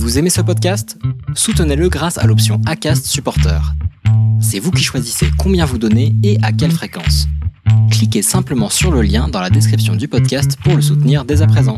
Vous aimez ce podcast ? Soutenez-le grâce à l'option Acast Supporter. C'est vous qui choisissez combien vous donnez et à quelle fréquence. Cliquez simplement sur le lien dans la description du podcast pour le soutenir dès à présent.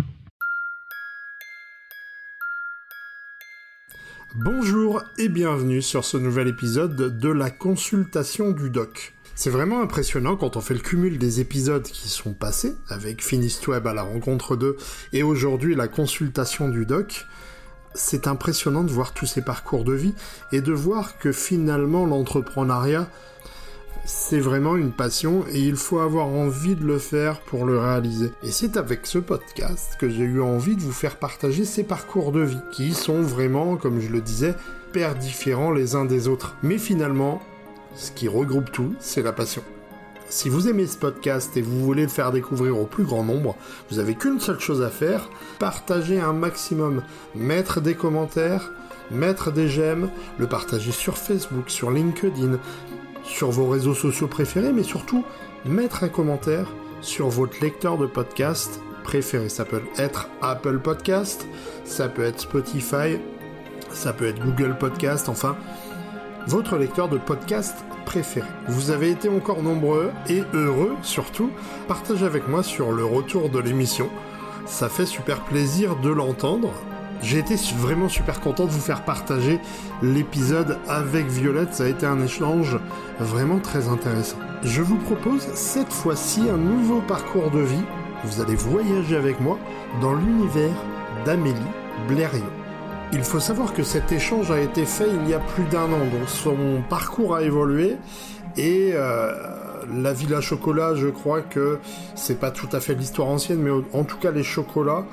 Bonjour et bienvenue sur ce nouvel épisode de la consultation du doc. C'est vraiment impressionnant quand on fait le cumul des épisodes qui sont passés, avec Finistweb à la rencontre d'eux, et aujourd'hui la consultation du doc. C'est impressionnant de voir tous ces parcours de vie, et de voir que finalement l'entrepreneuriat, c'est vraiment une passion, et il faut avoir envie de le faire pour le réaliser. Et c'est avec ce podcast que j'ai eu envie de vous faire partager ces parcours de vie, qui sont vraiment, comme je le disais, hyper différents les uns des autres. Mais finalement, ce qui regroupe tout, c'est la passion. Si vous aimez ce podcast et vous voulez le faire découvrir au plus grand nombre, vous avez qu'une seule chose à faire, partager un maximum, mettre des commentaires, mettre des j'aime, le partager sur Facebook, sur LinkedIn, sur vos réseaux sociaux préférés, mais surtout, mettre un commentaire sur votre lecteur de podcast préféré. Ça peut être Apple Podcast, ça peut être Spotify, ça peut être Google Podcast, enfin, votre lecteur de podcast préféré. Vous avez été encore nombreux et heureux, surtout, partagez avec moi sur le retour de l'émission. Ça fait super plaisir de l'entendre. J'ai été vraiment super content de vous faire partager l'épisode avec Violette. Ça a été un échange vraiment très intéressant. Je vous propose cette fois-ci un nouveau parcours de vie. Vous allez voyager avec moi dans l'univers d'Amélie Blériot. Il faut savoir que cet échange a été fait il y a plus d'1 an, donc son parcours a évolué et la Villa Chocolat, je crois que c'est pas tout à fait l'histoire ancienne, mais en tout cas les chocolats,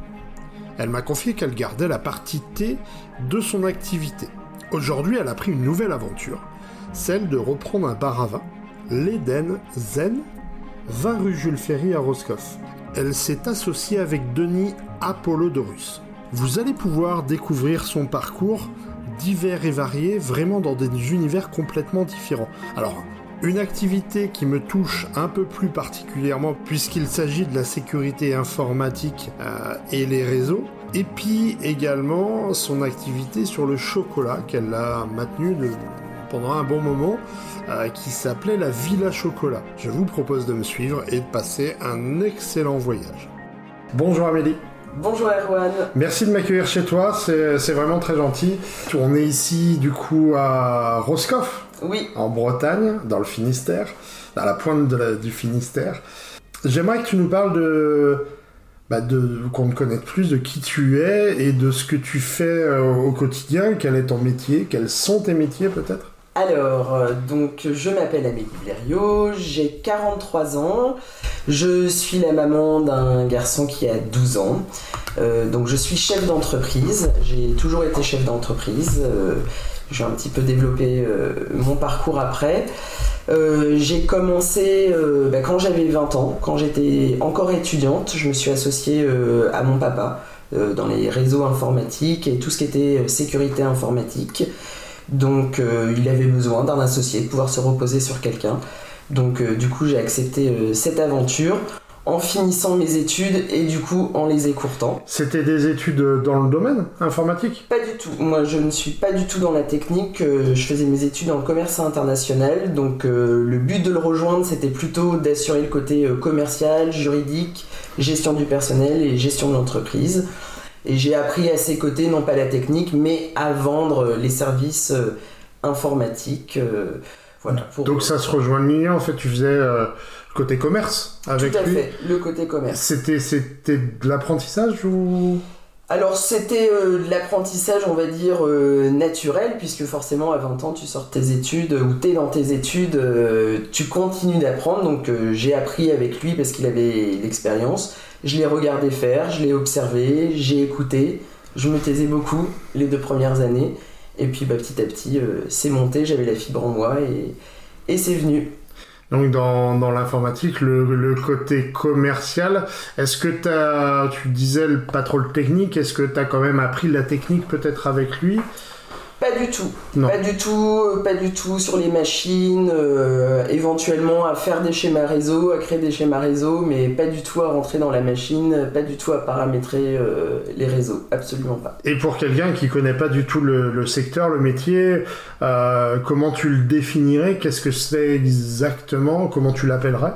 elle m'a confié qu'elle gardait la partie thé de son activité. Aujourd'hui, elle a pris une nouvelle aventure, celle de reprendre un bar à vin, l'Eden Zen, 20 rue Jules Ferry à Roscoff. Elle s'est associée avec Denis Apollodorus. Vous allez pouvoir découvrir son parcours divers et variés, vraiment dans des univers complètement différents. Alors, une activité qui me touche un peu plus particulièrement puisqu'il s'agit de la sécurité informatique et les réseaux, et puis également son activité sur le chocolat qu'elle a maintenue pendant un bon moment, qui s'appelait la Villa Chocolat. Je vous propose de me suivre et de passer un excellent voyage. Bonjour Amélie. Bonjour Erwan. Merci de m'accueillir chez toi, c'est vraiment très gentil. On est ici du coup à Roscoff, oui, en Bretagne, dans le Finistère, à la pointe du Finistère. J'aimerais que tu nous parles qu'on te connaisse plus de qui tu es et de ce que tu fais au quotidien. Quel est ton métier? Quels sont tes métiers peut-être? Alors, donc je m'appelle Amélie Blériot, j'ai 43 ans, je suis la maman d'un garçon qui a 12 ans, donc je suis chef d'entreprise, j'ai toujours été chef d'entreprise, j'ai un petit peu développé mon parcours après. J'ai commencé quand j'avais 20 ans, quand j'étais encore étudiante, je me suis associée à mon papa dans les réseaux informatiques et tout ce qui était sécurité informatique. Donc il avait besoin d'un associé, de pouvoir se reposer sur quelqu'un. Donc du coup j'ai accepté cette aventure en finissant mes études et du coup en les écourtant. C'était des études dans le domaine informatique? Pas du tout, moi je ne suis pas du tout dans la technique, je faisais mes études en commerce international, donc le but de le rejoindre c'était plutôt d'assurer le côté commercial, juridique, gestion du personnel et gestion de l'entreprise. Et j'ai appris à ses côtés, non pas la technique, mais à vendre les services informatiques. Voilà, donc ça se rejoignait, en fait, tu faisais le côté commerce avec lui? Tout à fait, le côté commerce. C'était de l'apprentissage ou... Alors c'était de l'apprentissage, on va dire, naturel, puisque forcément à 20 ans tu sors de tes études, ou t'es dans tes études, tu continues d'apprendre, donc j'ai appris avec lui parce qu'il avait l'expérience. Je l'ai regardé faire, je l'ai observé, j'ai écouté, je me taisais beaucoup les 2 premières années, et puis petit à petit c'est monté, j'avais la fibre en moi et c'est venu. Donc dans l'informatique, le côté commercial, est-ce que tu disais pas trop le technique, est-ce que t'as quand même appris la technique peut-être avec lui? Pas Pas du tout. Non. Pas du tout sur les machines, éventuellement à faire des schémas réseau, à créer des schémas réseau, mais pas du tout à rentrer dans la machine, pas du tout à paramétrer les réseaux, absolument pas. Et pour quelqu'un qui connaît pas du tout le secteur, le métier, comment tu le définirais? Qu'est-ce que c'est exactement? Comment tu l'appellerais?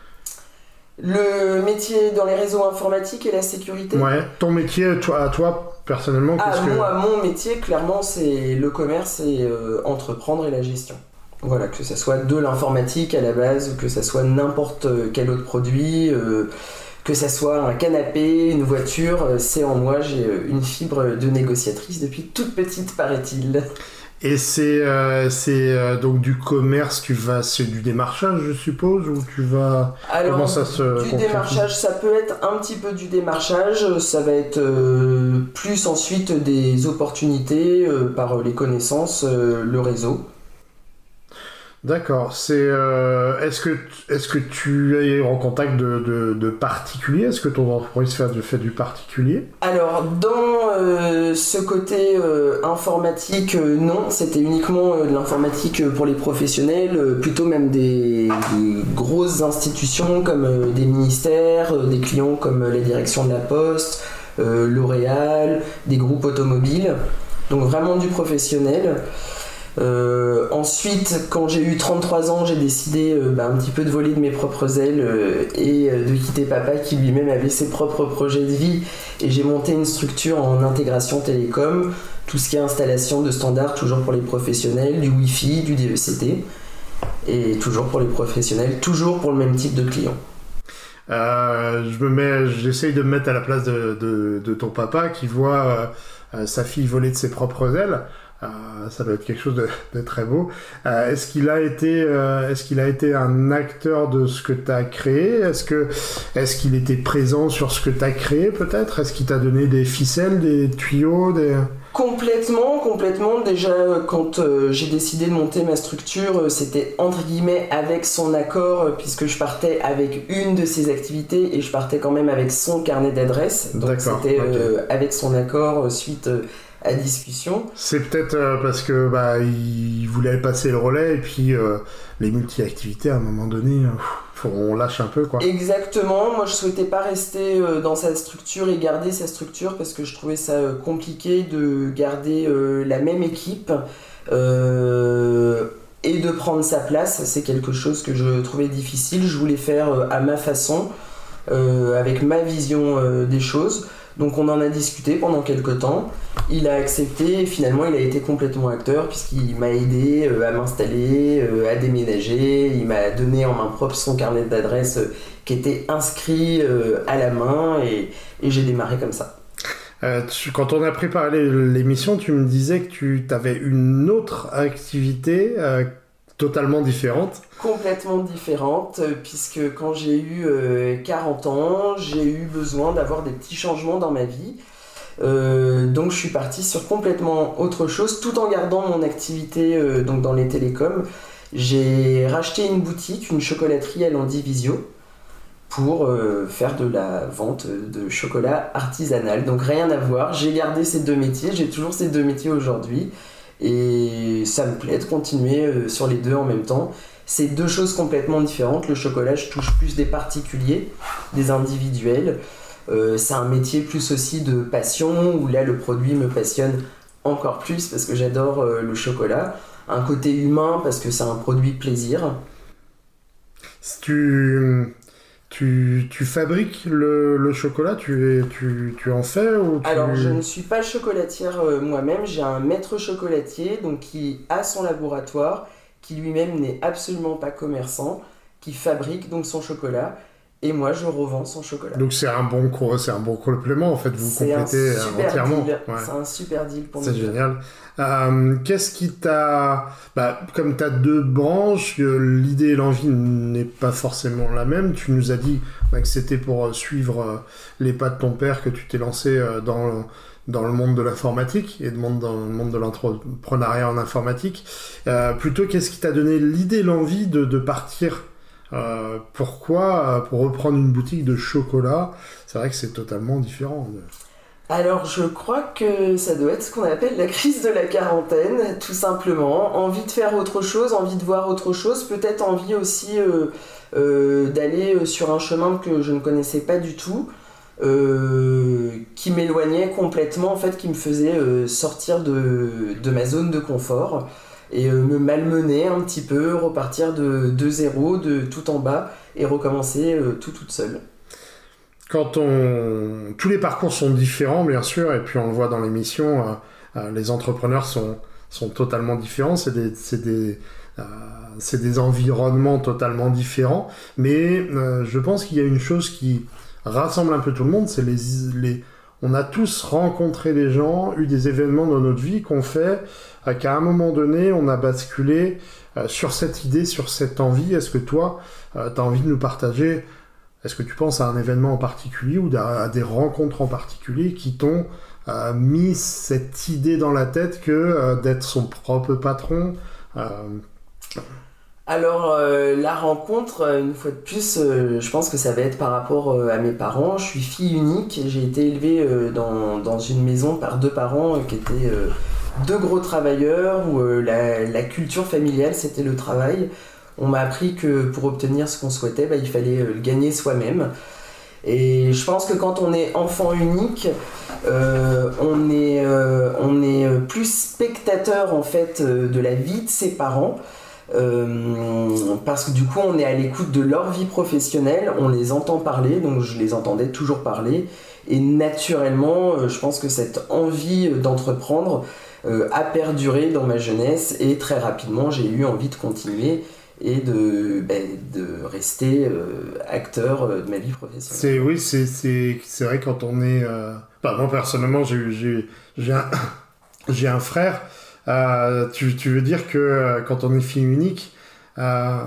Le métier dans les réseaux informatiques et la sécurité. Ouais, ton métier, à toi personnellement, qu'est-ce que... Mon métier, clairement, c'est le commerce et entreprendre et la gestion. Voilà, que ça soit de l'informatique à la base, ou que ça soit n'importe quel autre produit, que ça soit un canapé, une voiture, c'est en moi, j'ai une fibre de négociatrice depuis toute petite, paraît-il. Et c'est donc du commerce, c'est du démarchage, je suppose, ou tu vas... Alors, comment ça se du démarchage, ça peut être un petit peu du démarchage, ça va être plus ensuite des opportunités par les connaissances, le réseau. D'accord. Est-ce que tu es en contact de particuliers? Est-ce que ton entreprise fait du particulier? Alors, dans ce côté informatique, non. C'était uniquement de l'informatique pour les professionnels, plutôt même des grosses institutions comme des ministères, des clients comme la direction de la Poste, L'Oréal, des groupes automobiles. Donc vraiment du professionnel. Ensuite, quand j'ai eu 33 ans, j'ai décidé un petit peu de voler de mes propres ailes et de quitter papa qui lui-même avait ses propres projets de vie, et j'ai monté une structure en intégration télécom, tout ce qui est installation de standards, toujours pour les professionnels, du Wi-Fi, du DECT, et toujours pour les professionnels, toujours pour le même type de client. J'essaye de me mettre à la place de ton papa qui voit sa fille voler de ses propres ailes. Ça doit être quelque chose de très beau. Est-ce qu'il a été un acteur de ce que tu as créé? Est-ce qu'il était présent sur ce que tu as créé, peut-être? Est-ce qu'il t'a donné des ficelles, des tuyaux, Complètement. Déjà, quand j'ai décidé de monter ma structure, c'était entre guillemets avec son accord, puisque je partais avec une de ses activités et je partais quand même avec son carnet d'adresses. Donc c'était avec son accord suite à discussion. C'est peut-être parce que il voulait passer le relais, et puis les multi-activités à un moment donné, on lâche un peu, quoi. Exactement. Moi je souhaitais pas rester dans sa structure et garder sa structure, parce que je trouvais ça compliqué de garder la même équipe et de prendre sa place. C'est quelque chose que je trouvais difficile. Je voulais faire à ma façon, avec ma vision des choses. Donc on en a discuté pendant quelques temps, il a accepté et finalement il a été complètement acteur, puisqu'il m'a aidé à m'installer, à déménager, il m'a donné en main propre son carnet d'adresses qui était inscrit à la main, et j'ai démarré comme ça. Quand on a préparé l'émission, tu me disais que tu avais une autre activité totalement différente. Complètement différente, puisque quand j'ai eu 40 ans, j'ai eu besoin d'avoir des petits changements dans ma vie. Donc je suis parti sur complètement autre chose, tout en gardant mon activité donc dans les télécoms. J'ai racheté une boutique, une chocolaterie à Landivisio, pour faire de la vente de chocolat artisanal. Donc rien à voir, j'ai gardé ces deux métiers, j'ai toujours ces deux métiers aujourd'hui. Et ça me plaît de continuer sur les deux en même temps. C'est deux choses complètement différentes. Le chocolat, je touche plus des particuliers, des individuels. C'est un métier plus aussi de passion, où là le produit me passionne encore plus parce que j'adore le chocolat. Un côté humain parce que c'est un produit plaisir. Tu fabriques le chocolat, tu en fais ou Alors je ne suis pas chocolatière moi-même, j'ai un maître chocolatier donc qui a son laboratoire, qui lui-même n'est absolument pas commerçant, qui fabrique donc son chocolat, et moi je revends son chocolat. Donc c'est un bon complément en fait, vous complétez entièrement. Ouais. C'est un super deal pour nous. C'est génial. Qu'est-ce qui t'a... comme tu as deux branches, l'idée et l'envie n'est pas forcément la même. Tu nous as dit que c'était pour suivre les pas de ton père que tu t'es lancé dans le monde de l'informatique et dans le monde de l'entrepreneuriat en informatique. Plutôt, qu'est-ce qui t'a donné l'idée, l'envie de partir? Pourquoi pour reprendre une boutique de chocolat? C'est vrai que c'est totalement différent. Alors je crois que ça doit être ce qu'on appelle la crise de la quarantaine, tout simplement. Envie de faire autre chose, envie de voir autre chose, peut-être envie aussi d'aller sur un chemin que je ne connaissais pas du tout, qui m'éloignait complètement, en fait, qui me faisait sortir de ma zone de confort et me malmener un petit peu, repartir de zéro, de tout en bas et recommencer toute seule. Tous les parcours sont différents, bien sûr, et puis on le voit dans l'émission, les entrepreneurs sont totalement différents, c'est des environnements totalement différents, mais je pense qu'il y a une chose qui rassemble un peu tout le monde, c'est on a tous rencontré des gens, eu des événements dans notre vie qu'on fait qu'à un moment donné, on a basculé sur cette idée, sur cette envie. Est-ce que toi, tu as envie de nous partager? Est-ce que tu penses à un événement en particulier ou à des rencontres en particulier qui t'ont mis cette idée dans la tête que d'être son propre patron Alors, la rencontre, une fois de plus, je pense que ça va être par rapport à mes parents. Je suis fille unique, j'ai été élevée dans une maison par deux parents qui étaient deux gros travailleurs, où la culture familiale, c'était le travail. On m'a appris que pour obtenir ce qu'on souhaitait, il fallait le gagner soi-même. Et je pense que quand on est enfant unique, on est plus spectateur en fait de la vie de ses parents. Parce que du coup on est à l'écoute de leur vie professionnelle, on les entend parler, donc je les entendais toujours parler, et naturellement je pense que cette envie d'entreprendre a perduré dans ma jeunesse, et très rapidement j'ai eu envie de continuer et de rester acteur de ma vie professionnelle. C'est vrai, quand on est moi personnellement j'ai un frère. Tu veux dire que quand on est fille unique, on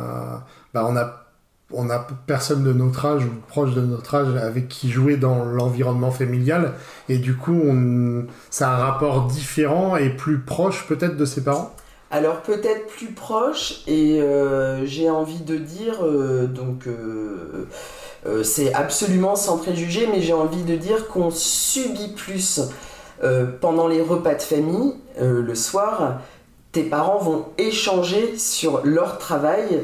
a personne de notre âge ou proche de notre âge avec qui jouer dans l'environnement familial, et du coup ça a un rapport différent et plus proche peut-être de ses parents. Alors peut-être plus proche, et j'ai envie de dire, c'est absolument sans préjugés, mais j'ai envie de dire qu'on subit plus pendant les repas de famille, le soir, tes parents vont échanger sur leur travail,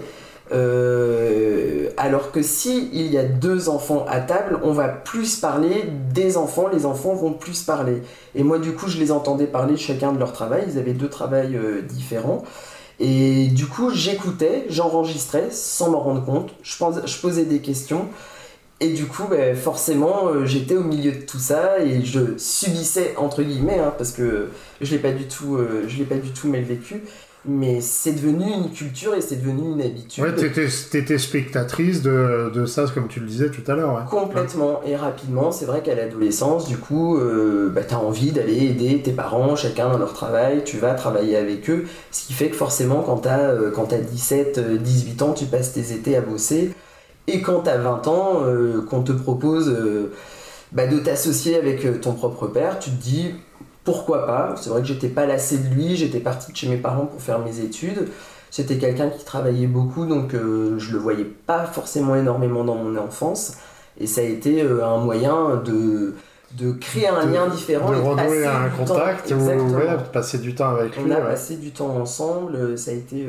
alors que si il y a deux enfants à table, on va plus parler des enfants, les enfants vont plus parler. Et moi du coup je les entendais parler chacun de leur travail, ils avaient deux travails différents, et du coup j'écoutais, j'enregistrais sans m'en rendre compte, je posais des questions. Et du coup, forcément, j'étais au milieu de tout ça et je subissais, entre guillemets, parce que je l'ai pas du tout mal vécu, mais c'est devenu une culture et c'est devenu une habitude. Ouais, t'étais spectatrice de ça, comme tu le disais tout à l'heure. Ouais. Complètement, et rapidement, c'est vrai qu'à l'adolescence, du coup, t'as envie d'aller aider tes parents, chacun dans leur travail, tu vas travailler avec eux, ce qui fait que forcément, quand t'as 17, 18 ans, tu passes tes étés à bosser. Et quand t'as 20 ans, qu'on te propose de t'associer avec ton propre père, tu te dis pourquoi pas. C'est vrai que j'étais pas lassé de lui, j'étais partie de chez mes parents pour faire mes études. C'était quelqu'un qui travaillait beaucoup, donc je le voyais pas forcément énormément dans mon enfance. Et ça a été un moyen de créer un lien différent. De renouer un contact, de passer du temps avec lui. On a passé du temps ensemble, ça a été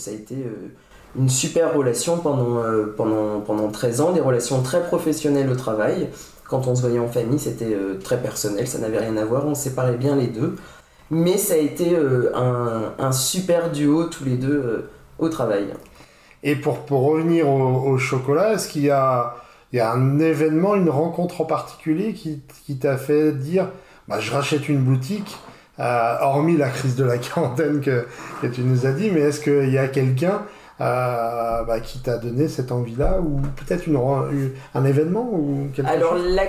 une super relation pendant 13 ans, des relations très professionnelles au travail. Quand on se voyait en famille, c'était très personnel, ça n'avait rien à voir, on séparait bien les deux. Mais ça a été un super duo tous les deux au travail. Et pour revenir au chocolat, est-ce qu'il y a un événement, une rencontre en particulier qui t'a fait dire je rachète une boutique, hormis la crise de la quarantaine que tu nous as dit, mais est-ce qu'il y a quelqu'un qui t'a donné cette envie-là, ou peut-être un événement ou quelque chose? Alors la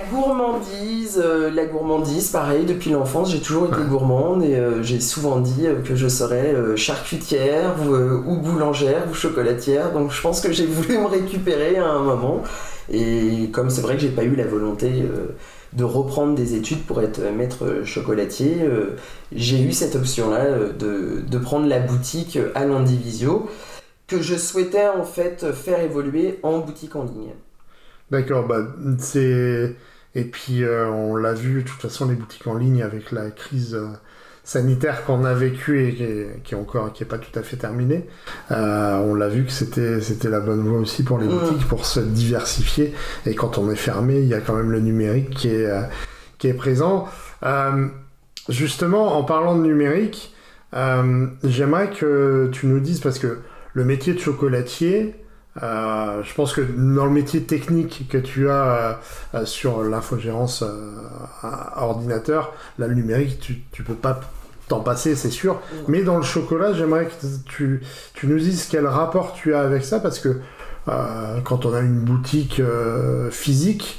gourmandise, pareil, depuis l'enfance j'ai toujours été gourmande, et j'ai souvent dit que je serais charcutière ou boulangère ou chocolatière, donc je pense que j'ai voulu me récupérer à un moment, et comme c'est vrai que j'ai pas eu la volonté de reprendre des études pour être maître chocolatier, j'ai eu cette option-là de prendre la boutique à Landivisio, que je souhaitais en fait faire évoluer en boutique en ligne. D'accord, Et puis on l'a vu, de toute façon, les boutiques en ligne avec la crise sanitaire qu'on a vécue et qui est pas tout à fait terminée, on l'a vu que c'était la bonne voie aussi pour les boutiques, pour se diversifier. Et quand on est fermé, il y a quand même le numérique qui est présent. Justement, en parlant de numérique, j'aimerais que tu nous dises, parce que le métier de chocolatier, je pense que dans le métier technique que tu as sur l'infogérance ordinateur, là, le numérique, tu peux pas t'en passer, c'est sûr. Mais dans le chocolat, j'aimerais que tu nous dises quel rapport tu as avec ça, parce que quand on a une boutique physique,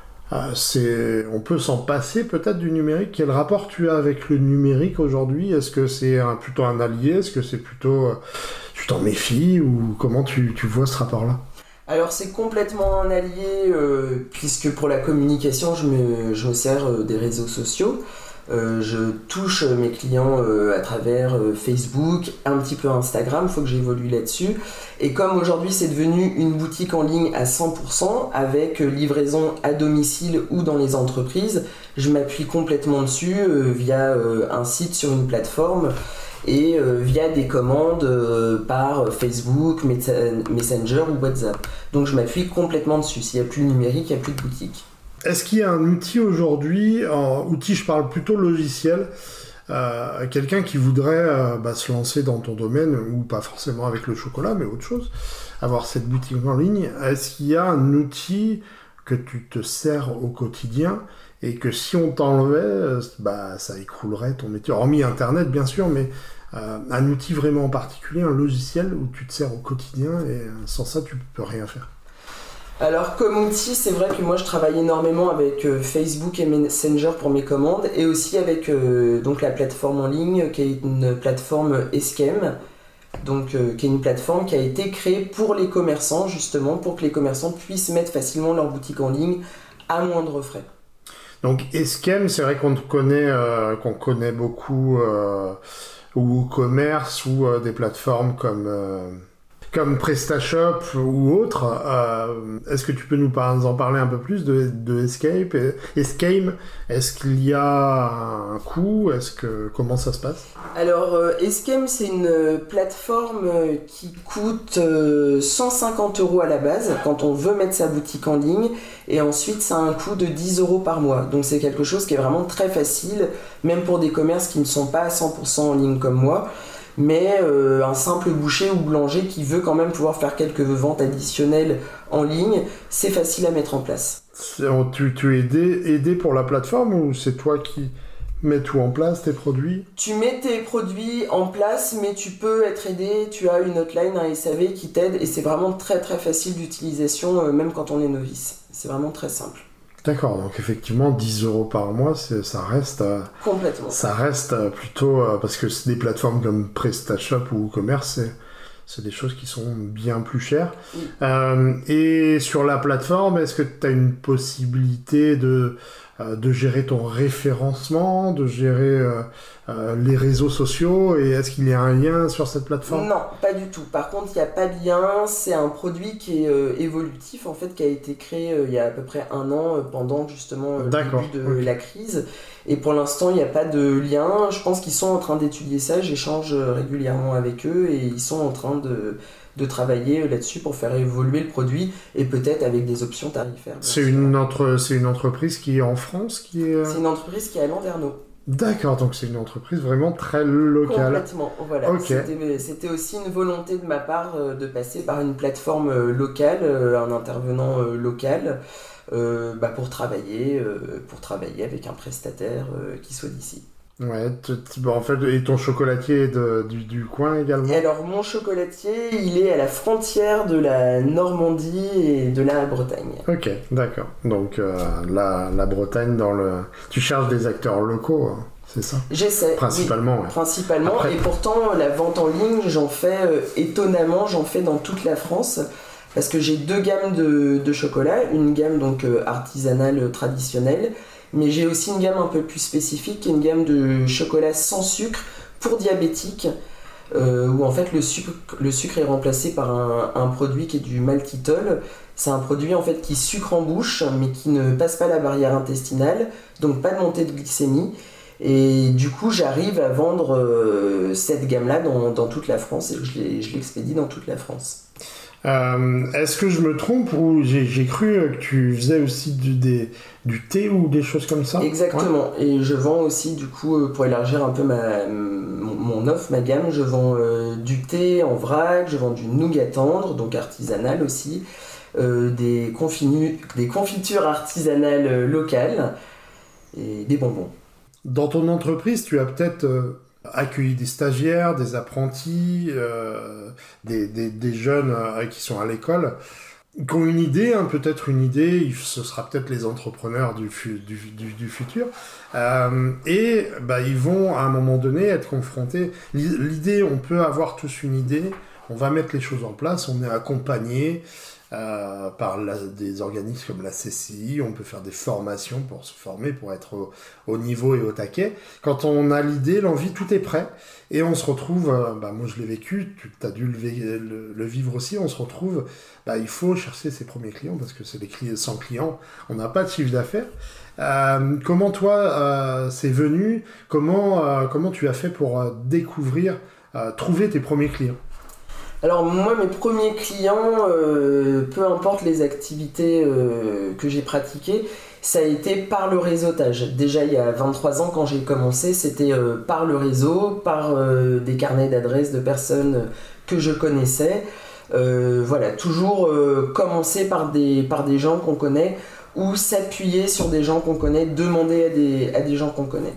on peut s'en passer peut-être du numérique. Quel rapport tu as avec le numérique aujourd'hui ? Est-ce que c'est plutôt un allié ? Est-ce que c'est plutôt tu t'en méfies, ou comment tu vois ce rapport-là ? Alors c'est complètement un allié, puisque pour la communication je me sers des réseaux sociaux. Je touche mes clients à travers Facebook, un petit peu Instagram, il faut que j'évolue là-dessus. Et comme aujourd'hui c'est devenu une boutique en ligne à 100%, avec livraison à domicile ou dans les entreprises, je m'appuie complètement dessus via un site sur une plateforme et via des commandes par Facebook, Messenger ou WhatsApp. Donc je m'appuie complètement dessus. S'il n'y a plus de numérique, il n'y a plus de boutique. Est-ce qu'il y a un outil aujourd'hui, outil je parle plutôt logiciel, quelqu'un qui voudrait se lancer dans ton domaine, ou pas forcément avec le chocolat, mais autre chose, avoir cette boutique en ligne, est-ce qu'il y a un outil que tu te sers au quotidien et que si on t'enlevait, ça écroulerait ton métier, hormis Internet bien sûr, mais un outil vraiment en particulier, un logiciel où tu te sers au quotidien et sans ça tu peux rien faire? Alors comme outil, c'est vrai que moi je travaille énormément avec Facebook et Messenger pour mes commandes, et aussi avec donc la plateforme en ligne qui est une plateforme Eskem, donc qui est une plateforme qui a été créée pour les commerçants, justement pour que les commerçants puissent mettre facilement leur boutique en ligne à moindre frais. Donc Eskem, c'est vrai qu'on connaît beaucoup ou commerce ou des plateformes comme PrestaShop ou autres. Est-ce que tu peux nous en parler un peu plus de Eskem ? Est-ce qu'il y a un coût ? Comment ça se passe ? Alors Eskem, c'est une plateforme qui coûte 150 € à la base quand on veut mettre sa boutique en ligne, et ensuite ça a un coût de 10 € par mois. Donc c'est quelque chose qui est vraiment très facile, même pour des commerces qui ne sont pas à 100% en ligne comme moi. Mais un simple boucher ou boulanger qui veut quand même pouvoir faire quelques ventes additionnelles en ligne, c'est facile à mettre en place. Tu es aidé pour la plateforme, ou c'est toi qui mets tout en place, tes produits ? Tu mets tes produits en place, mais tu peux être aidé, tu as une hotline, un SAV qui t'aide, et c'est vraiment très très facile d'utilisation, même quand on est novice. C'est vraiment très simple. D'accord, donc effectivement 10 € par mois, ça reste complètement. Ça reste plutôt parce que c'est des plateformes comme PrestaShop ou WooCommerce, c'est des choses qui sont bien plus chères. Oui. Et sur la plateforme, est-ce que tu as une possibilité de gérer ton référencement, de gérer les réseaux sociaux, et est-ce qu'il y a un lien sur cette plateforme ? Non, pas du tout. Par contre, il n'y a pas de lien. C'est un produit qui est évolutif, en fait, qui a été créé il y a à peu près 1 an pendant justement le début de la crise. Et pour l'instant, il n'y a pas de lien. Je pense qu'ils sont en train d'étudier ça. J'échange régulièrement avec eux, et ils sont en train de travailler là-dessus pour faire évoluer le produit, et peut-être avec des options tarifaires. C'est une entreprise qui est en France C'est une entreprise qui est à Landerneau. D'accord, donc c'est une entreprise vraiment très locale. Complètement, voilà. Okay. C'était aussi une volonté de ma part de passer par une plateforme locale, un intervenant local, pour travailler avec un prestataire qui soit d'ici. Ouais, en fait, et ton chocolatier est du coin également ? Et alors, mon chocolatier, il est à la frontière de la Normandie et de la Bretagne. Ok, d'accord. Donc, la Bretagne, tu cherches des acteurs locaux, hein, c'est ça ? J'essaie. Principalement, oui, ouais. Principalement, et pourtant, la vente en ligne, j'en fais dans toute la France. Parce que j'ai 2 gammes de chocolat, une gamme donc artisanale traditionnelle, mais j'ai aussi une gamme un peu plus spécifique, qui est une gamme de chocolat sans sucre pour diabétiques, où en fait le sucre est remplacé par un produit qui est du maltitol. C'est un produit en fait qui sucre en bouche mais qui ne passe pas la barrière intestinale, donc pas de montée de glycémie. Et du coup j'arrive à vendre cette gamme-là dans toute la France et je l'expédie dans toute la France. Est-ce que je me trompe ou j'ai cru que tu faisais aussi du thé ou des choses comme ça? Exactement, ouais. Et je vends aussi du coup, pour élargir un peu mon offre, ma gamme, je vends du thé en vrac, je vends du nougat tendre, donc artisanal aussi, des confitures artisanales locales et des bonbons. Dans ton entreprise, tu as peut-être accueilli des stagiaires, des apprentis, des jeunes qui sont à l'école, qui ont une idée, peut-être une idée, ce sera peut-être les entrepreneurs du futur, et ils vont à un moment donné être confrontés. L'idée, on peut avoir tous une idée, on va mettre les choses en place, on est accompagné par des organismes comme la CCI, on peut faire des formations pour se former, pour être au niveau et au taquet. Quand on a l'idée, l'envie, tout est prêt, et on se retrouve, moi je l'ai vécu, tu as dû le vivre aussi, on se retrouve, il faut chercher ses premiers clients, parce que c'est des clients, sans clients, on n'a pas de chiffre d'affaires. Comment toi, c'est venu, comment tu as fait pour découvrir, trouver tes premiers clients? Alors moi, mes premiers clients, peu importe les activités que j'ai pratiquées, ça a été par le réseautage. Déjà il y a 23 ans quand j'ai commencé, c'était par le réseau, par des carnets d'adresses de personnes que je connaissais. Toujours commencer par des gens qu'on connaît ou s'appuyer sur des gens qu'on connaît, demander à des gens qu'on connaît.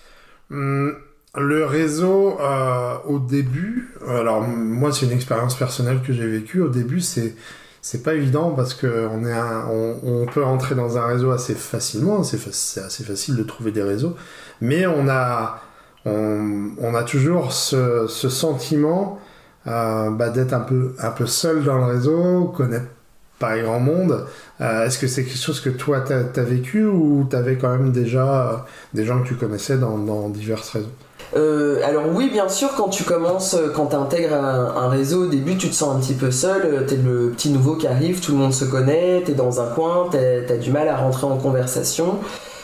Le réseau, au début, alors moi c'est une expérience personnelle que j'ai vécue, au début c'est pas évident parce que on peut entrer dans un réseau assez facilement, c'est assez facile de trouver des réseaux, mais on a toujours ce sentiment d'être un peu seul dans le réseau, connaître pas grand monde. Est-ce que c'est quelque chose que toi t'as vécu ou t'avais quand même déjà des gens que tu connaissais dans divers réseaux? Alors oui, bien sûr, quand tu intègres un réseau, au début tu te sens un petit peu seul, t'es le petit nouveau qui arrive, tout le monde se connaît, t'es dans un coin, t'as du mal à rentrer en conversation.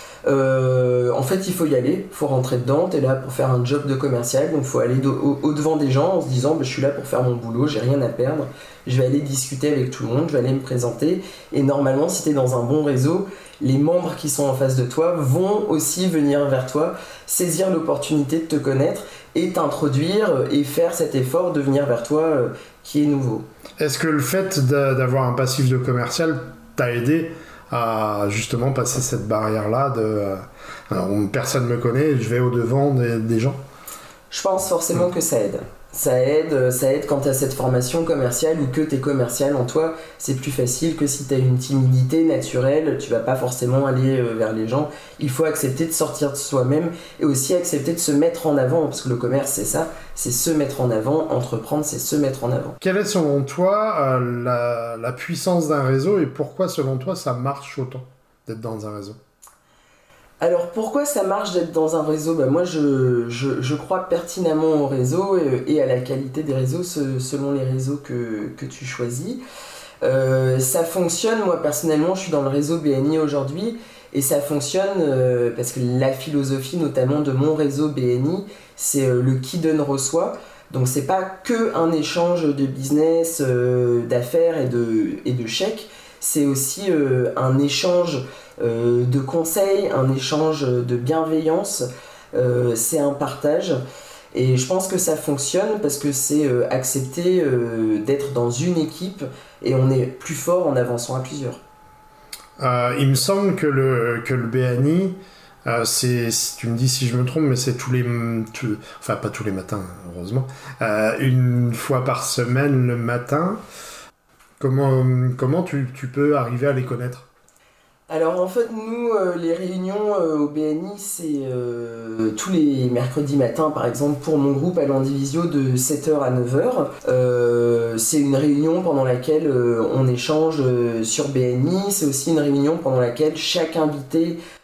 En fait il faut y aller, faut rentrer dedans, t'es là pour faire un job de commercial, donc faut aller au-devant des gens en se disant je suis là pour faire mon boulot, j'ai rien à perdre, je vais aller discuter avec tout le monde, je vais aller me présenter, et normalement si t'es dans un bon réseau, les membres qui sont en face de toi vont aussi venir vers toi, saisir l'opportunité de te connaître et t'introduire et faire cet effort de venir vers toi qui est nouveau. Est-ce que le fait d'avoir un passif de commercial t'a aidé à justement passer cette barrière-là personne ne me connaît, je vais au-devant des gens? Je pense forcément que ça aide. Ça aide quand tu as cette formation commerciale ou que tu es commercial en toi, c'est plus facile que si tu as une timidité naturelle, tu vas pas forcément aller vers les gens. Il faut accepter de sortir de soi-même et aussi accepter de se mettre en avant, parce que le commerce c'est ça, c'est se mettre en avant, entreprendre c'est se mettre en avant. Quelle est selon toi la puissance d'un réseau et pourquoi selon toi ça marche autant d'être dans un réseau? Alors pourquoi ça marche d'être dans un réseau? Moi je crois pertinemment au réseau et à la qualité des réseaux selon les réseaux que tu choisis. Ça fonctionne, moi personnellement je suis dans le réseau BNI aujourd'hui et ça fonctionne parce que la philosophie notamment de mon réseau BNI c'est le qui donne reçoit. Donc c'est pas que un échange de business, d'affaires et de chèques, c'est aussi un échange de conseils, un échange de bienveillance, c'est un partage et je pense que ça fonctionne parce que c'est accepter d'être dans une équipe et on est plus fort en avançant à plusieurs. Il me semble que le BNI tu me dis si je me trompe, mais c'est enfin pas tous les matins heureusement, une fois par semaine le matin. Comment tu peux arriver à les connaître? Alors en fait nous les réunions au BNI c'est tous les mercredis matins par exemple pour mon groupe à l'Andivisio de 7h à 9h. C'est une réunion pendant laquelle on échange sur BNI, c'est aussi une réunion pendant laquelle chaque invité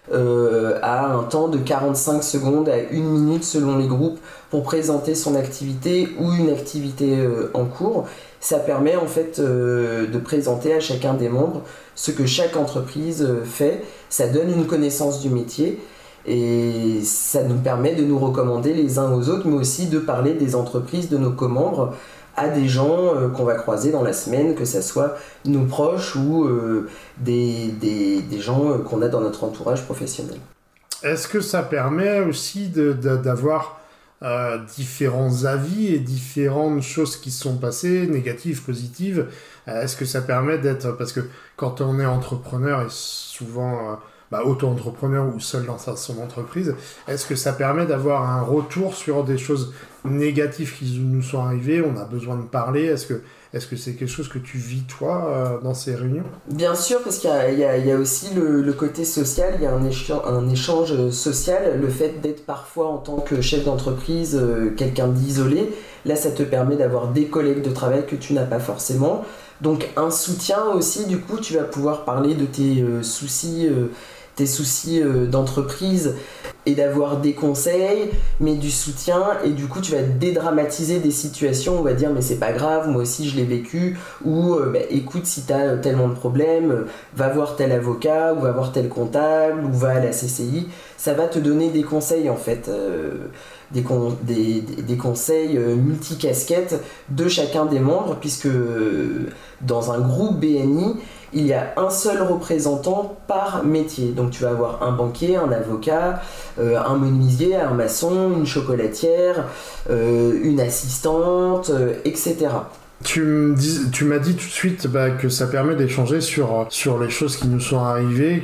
a un temps de 45 secondes à 1 minute selon les groupes pour présenter son activité ou une activité en cours. Ça permet en fait de présenter à chacun des membres ce que chaque entreprise fait. Ça donne une connaissance du métier et ça nous permet de nous recommander les uns aux autres, mais aussi de parler des entreprises de nos co-membres à des gens qu'on va croiser dans la semaine, que ce soit nos proches ou des gens qu'on a dans notre entourage professionnel. Est-ce que ça permet aussi d'avoir différents avis et différentes choses qui se sont passées, négatives, positives? Est-ce que ça permet d'être... Parce que quand on est entrepreneur et souvent auto-entrepreneur ou seul dans son entreprise, est-ce que ça permet d'avoir un retour sur des choses négatives qui nous sont arrivées? On a besoin de parler. Est-ce que c'est quelque chose que tu vis, toi, dans ces réunions? Bien sûr, parce qu'il y a aussi le côté social, il y a un échange social, le fait d'être parfois en tant que chef d'entreprise quelqu'un d'isolé. Là, ça te permet d'avoir des collègues de travail que tu n'as pas forcément. Donc un soutien aussi, du coup, tu vas pouvoir parler de tes soucis d'entreprise et d'avoir des conseils, mais du soutien, et du coup tu vas dédramatiser des situations, on va dire mais c'est pas grave, moi aussi je l'ai vécu, ou écoute, si t'as tellement de problèmes, va voir tel avocat, ou va voir tel comptable, ou va à la CCI, ça va te donner des conseils en fait, des conseils multicasquettes de chacun des membres, puisque dans un groupe BNI, il y a un seul représentant par métier. Donc tu vas avoir un banquier, un avocat, un menuisier, un maçon, une chocolatière, une assistante, etc. Tu m'as dit tout de suite que ça permet d'échanger sur les choses qui nous sont arrivées,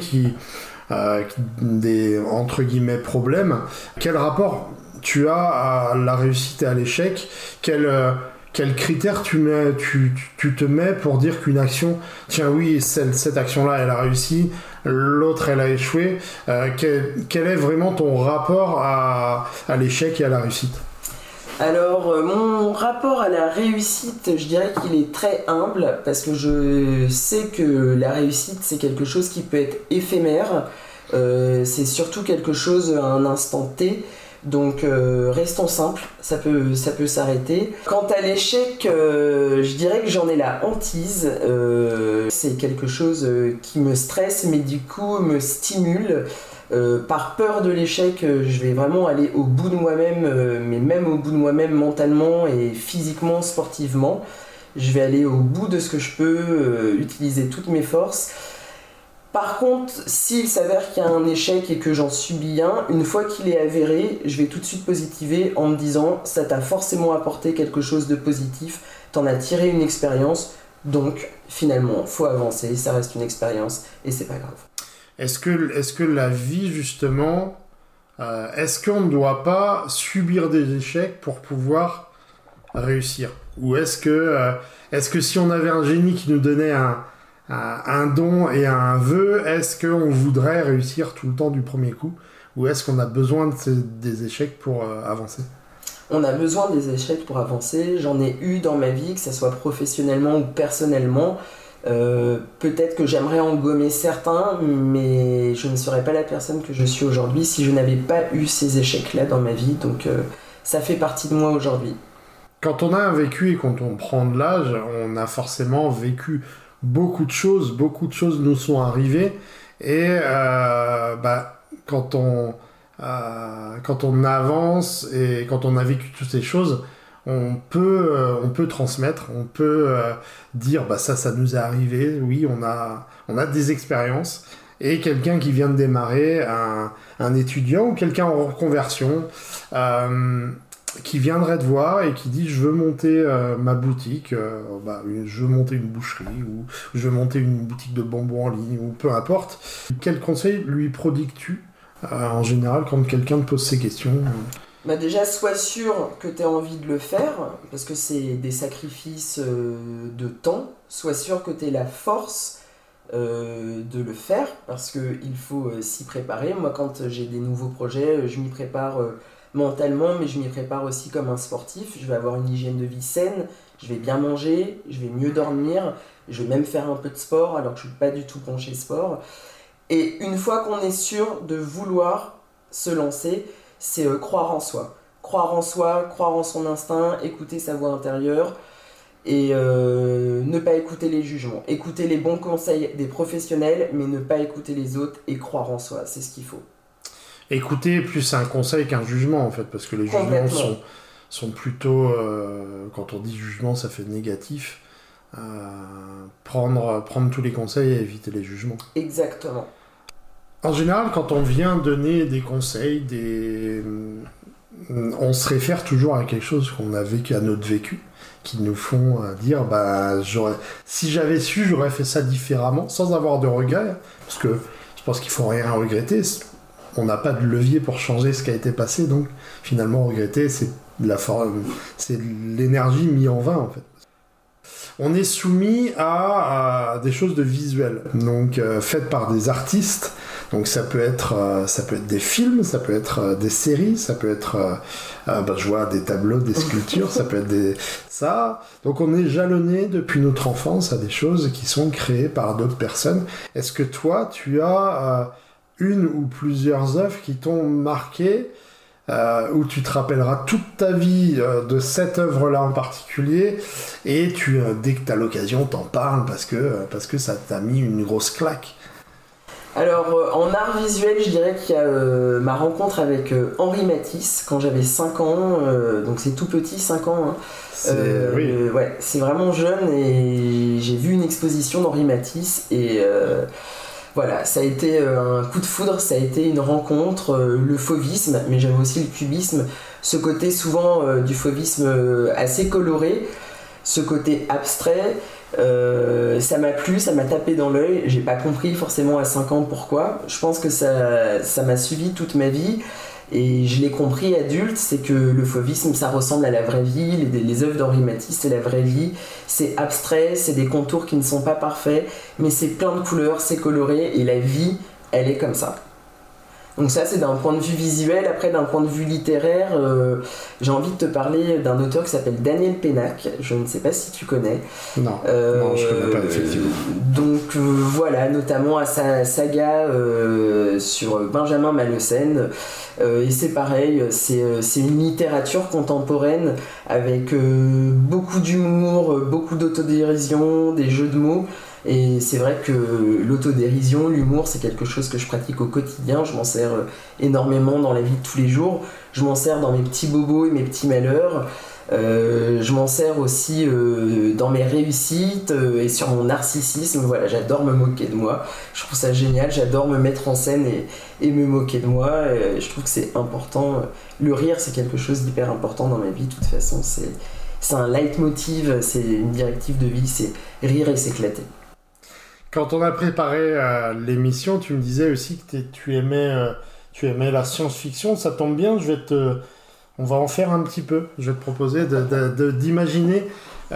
des entre guillemets problèmes. Quel rapport tu as à la réussite et à l'échec? Quels critères tu te mets pour dire qu'une action, tiens oui, cette action-là, elle a réussi, l'autre, elle a échoué. Quel est vraiment ton rapport à l'échec et à la réussite? Alors, mon rapport à la réussite, je dirais qu'il est très humble, parce que je sais que la réussite, c'est quelque chose qui peut être éphémère. C'est surtout quelque chose à un instant T. Donc restons simples, ça peut s'arrêter. Quant à l'échec, je dirais que j'en ai la hantise. C'est quelque chose qui me stresse, mais du coup me stimule. Par peur de l'échec, je vais vraiment aller au bout de moi-même, mais même au bout de moi-même mentalement et physiquement, sportivement. Je vais aller au bout de ce que je peux, utiliser toutes mes forces. Par contre, s'il s'avère qu'il y a un échec et que j'en subis un, une fois qu'il est avéré, je vais tout de suite positiver en me disant ça t'a forcément apporté quelque chose de positif, t'en as tiré une expérience, donc finalement, faut avancer, ça reste une expérience et c'est pas grave. Est-ce que la vie, justement, est-ce qu'on ne doit pas subir des échecs pour pouvoir réussir? Ou est-ce que si on avait un génie qui nous donnait un don et un vœu, est-ce qu'on voudrait réussir tout le temps du premier coup? Ou est-ce qu'on a besoin des échecs pour avancer? On a besoin des échecs pour avancer. J'en ai eu dans ma vie, que ce soit professionnellement ou personnellement. Peut-être que j'aimerais en gommer certains, mais je ne serais pas la personne que je suis aujourd'hui si je n'avais pas eu ces échecs-là dans ma vie. Donc ça fait partie de moi aujourd'hui. Quand on a un vécu et quand on prend de l'âge, on a forcément vécu beaucoup de choses nous sont arrivées, et quand on avance et quand on a vécu toutes ces choses, on peut transmettre, on peut dire ça nous est arrivé, oui, on a des expériences, et quelqu'un qui vient de démarrer, un étudiant ou quelqu'un en reconversion, qui viendrait te voir et qui dit je veux monter ma boutique, je veux monter une boucherie, ou je veux monter une boutique de bonbons en ligne, ou peu importe. Quel conseil lui prodigues-tu en général quand quelqu'un te pose ces questions? Déjà, sois sûr que tu as envie de le faire, parce que c'est des sacrifices de temps. Sois sûr que tu as la force de le faire, parce qu'il faut s'y préparer. Moi, quand j'ai des nouveaux projets, je m'y prépare mentalement, mais je m'y prépare aussi comme un sportif. Je vais avoir une hygiène de vie saine, je vais bien manger, je vais mieux dormir, je vais même faire un peu de sport, alors que je ne suis pas du tout penché sport. Et une fois qu'on est sûr de vouloir se lancer, c'est croire en soi. Croire en soi, croire en son instinct, écouter sa voix intérieure et ne pas écouter les jugements. Écouter les bons conseils des professionnels, mais ne pas écouter les autres et croire en soi, c'est ce qu'il faut. Écouter plus un conseil qu'un jugement en fait, parce que les jugements sont plutôt, quand on dit jugement ça fait négatif, prendre tous les conseils et éviter les jugements. Exactement. En général, quand on vient donner des conseils, on se réfère toujours à quelque chose qu'on a vécu, à notre vécu, qui nous font dire si j'avais su, j'aurais fait ça différemment, sans avoir de regrets, parce que je pense qu'il faut rien regretter. On n'a pas de levier pour changer ce qui a été passé, donc finalement regretter, c'est de l'énergie mise en vain en fait. On est soumis à des choses de visuel, donc faites par des artistes. Donc ça peut être des films, ça peut être des séries, ça peut être, je vois des tableaux, des sculptures, ça peut être ça. Donc on est jalonné depuis notre enfance à des choses qui sont créées par d'autres personnes. Est-ce que toi, tu as une ou plusieurs œuvres qui t'ont marqué, où tu te rappelleras toute ta vie de cette œuvre-là en particulier, et dès que tu as l'occasion, t'en parles parce que ça t'a mis une grosse claque? Alors, en art visuel, je dirais qu'il y a ma rencontre avec Henri Matisse quand j'avais 5 ans, donc c'est tout petit, 5 ans. Hein. Oui. Ouais, c'est vraiment jeune et j'ai vu une exposition d'Henri Matisse et voilà, ça a été un coup de foudre, ça a été une rencontre, le fauvisme, mais j'avais aussi le cubisme, ce côté souvent du fauvisme assez coloré, ce côté abstrait. Ça m'a plu, ça m'a tapé dans l'œil, j'ai pas compris forcément à 5 ans pourquoi. Je pense que ça m'a suivi toute ma vie et je l'ai compris adulte, c'est que le fauvisme ça ressemble à la vraie vie, les œuvres d'Henri Matisse c'est la vraie vie, c'est abstrait, c'est des contours qui ne sont pas parfaits, mais c'est plein de couleurs, c'est coloré et la vie elle est comme ça. Donc ça c'est d'un point de vue visuel. Après d'un point de vue littéraire, j'ai envie de te parler d'un auteur qui s'appelle Daniel Pénac, je ne sais pas si tu connais. Non, je connais pas effectivement. Donc voilà, notamment à sa saga sur Benjamin Mallecène, et c'est pareil, c'est une littérature contemporaine avec beaucoup d'humour, beaucoup d'autodérision, des jeux de mots. Et c'est vrai que l'autodérision, l'humour, c'est quelque chose que je pratique au quotidien. Je m'en sers énormément dans la vie de tous les jours. Je m'en sers dans mes petits bobos et mes petits malheurs. Je m'en sers aussi dans mes réussites et sur mon narcissisme. Voilà, j'adore me moquer de moi. Je trouve ça génial. J'adore me mettre en scène et me moquer de moi. Je trouve que c'est important. Le rire, c'est quelque chose d'hyper important dans ma vie. De toute façon, c'est un leitmotiv, c'est une directive de vie. C'est rire et s'éclater. Quand on a préparé l'émission, tu me disais aussi que tu aimais la science-fiction. Ça tombe bien, on va en faire un petit peu. Je vais te proposer d'imaginer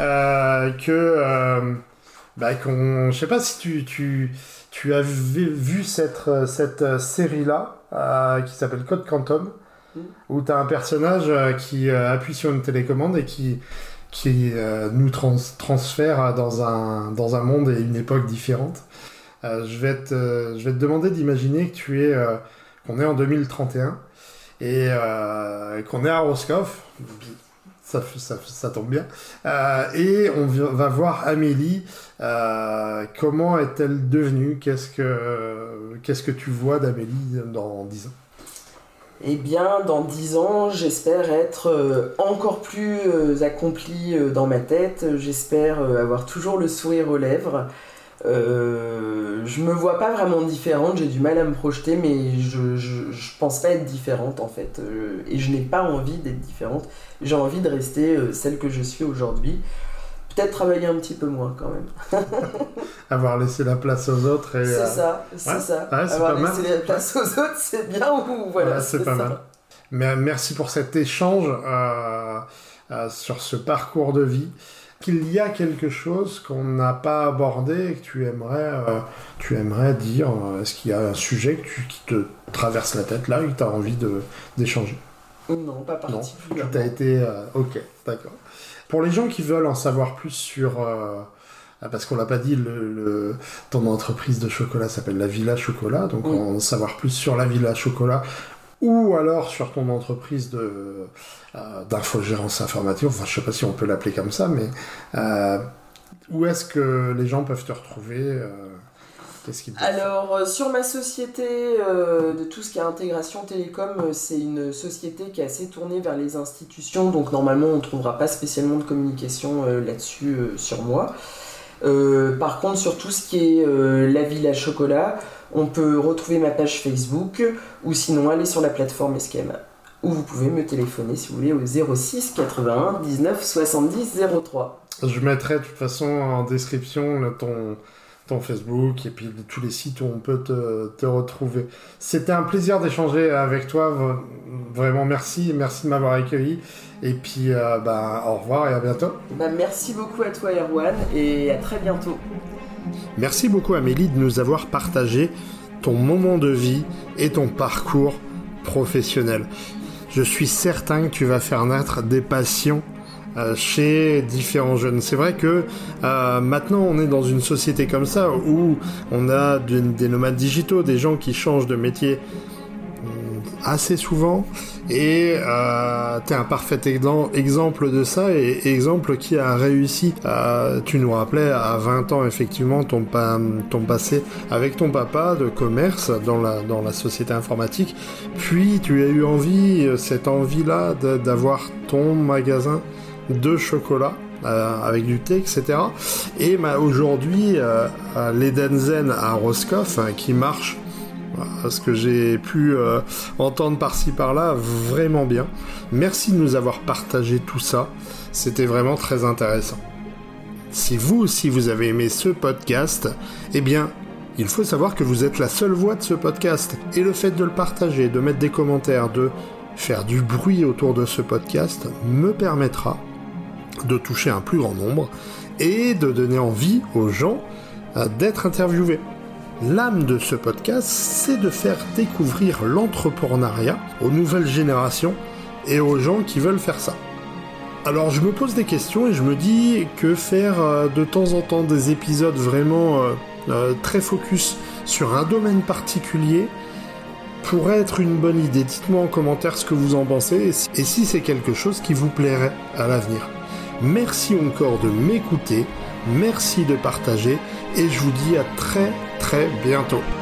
je sais pas si tu as vu cette série-là qui s'appelle Code Quantum, où tu as un personnage qui appuie sur une télécommande et qui nous transfère dans un monde et une époque différente. Je vais te demander d'imaginer que qu'on est en 2031 et qu'on est à Roscoff. Ça tombe bien. Et on va voir Amélie. Comment est-elle devenue ? Qu'est-ce que tu vois d'Amélie dans 10 ans ? Eh bien, dans 10 ans, j'espère être encore plus accompli dans ma tête. J'espère avoir toujours le sourire aux lèvres. Je me vois pas vraiment différente, j'ai du mal à me projeter, mais je pense pas être différente en fait. Et je n'ai pas envie d'être différente. J'ai envie de rester celle que je suis aujourd'hui. Peut-être travailler un petit peu moins quand même. Avoir laissé la place aux autres. C'est ça. Ouais, avoir laissé la place aux autres, c'est bien ou voilà. Ouais, c'est pas mal. Mais merci pour cet échange sur ce parcours de vie. Qu'il y a quelque chose qu'on n'a pas abordé et que tu aimerais dire. Est-ce qu'il y a un sujet qui te traverse la tête là et que tu as envie d'échanger ? Non, pas particulièrement. Tu as été... ok, d'accord. Pour les gens qui veulent en savoir plus sur parce qu'on l'a pas dit, ton entreprise de chocolat s'appelle la Villa Chocolat, donc en savoir plus sur la Villa Chocolat, ou alors sur ton entreprise d'infogérance informatique, enfin je sais pas si on peut l'appeler comme ça, mais où est-ce que les gens peuvent te retrouver Alors, sur ma société de tout ce qui est intégration télécom, c'est une société qui est assez tournée vers les institutions, donc normalement on ne trouvera pas spécialement de communication là-dessus sur moi. Par contre, sur tout ce qui est la Villa Chocolat, on peut retrouver ma page Facebook, ou sinon aller sur la plateforme Eskem, où vous pouvez me téléphoner si vous voulez au 06 81 19 70 03. Je mettrai de toute façon en description ton Facebook et puis tous les sites où on peut te retrouver. C'était un plaisir d'échanger avec toi, vraiment merci de m'avoir accueilli et puis au revoir et à bientôt. Merci beaucoup à toi Erwan et à très bientôt. Merci beaucoup Amélie de nous avoir partagé ton moment de vie et ton parcours professionnel. Je suis certain que tu vas faire naître des passions chez différents jeunes. C'est vrai que maintenant on est dans une société comme ça où on a des nomades digitaux, des gens qui changent de métier assez souvent et t'es un parfait exemple de ça et exemple qui a réussi. Tu nous rappelais à 20 ans effectivement ton passé avec ton papa de commerce dans la société informatique, puis tu as eu cette envie-là d'avoir ton magasin de chocolat avec du thé, etc. Et aujourd'hui, l'Eden Zen à Roscoff qui marche, ce que j'ai pu entendre par-ci par-là, vraiment bien. Merci de nous avoir partagé tout ça, c'était vraiment très intéressant. Si vous aussi vous avez aimé ce podcast, eh bien, il faut savoir que vous êtes la seule voix de ce podcast. Et le fait de le partager, de mettre des commentaires, de faire du bruit autour de ce podcast me permettra de toucher un plus grand nombre et de donner envie aux gens d'être interviewés. L'âme de ce podcast, c'est de faire découvrir l'entrepreneuriat aux nouvelles générations et aux gens qui veulent faire ça. Alors je me pose des questions et je me dis que faire de temps en temps des épisodes vraiment très focus sur un domaine particulier pourrait être une bonne idée. Dites-moi en commentaire ce que vous en pensez et si c'est quelque chose qui vous plairait à l'avenir. Merci encore de m'écouter, merci de partager et je vous dis à très très bientôt.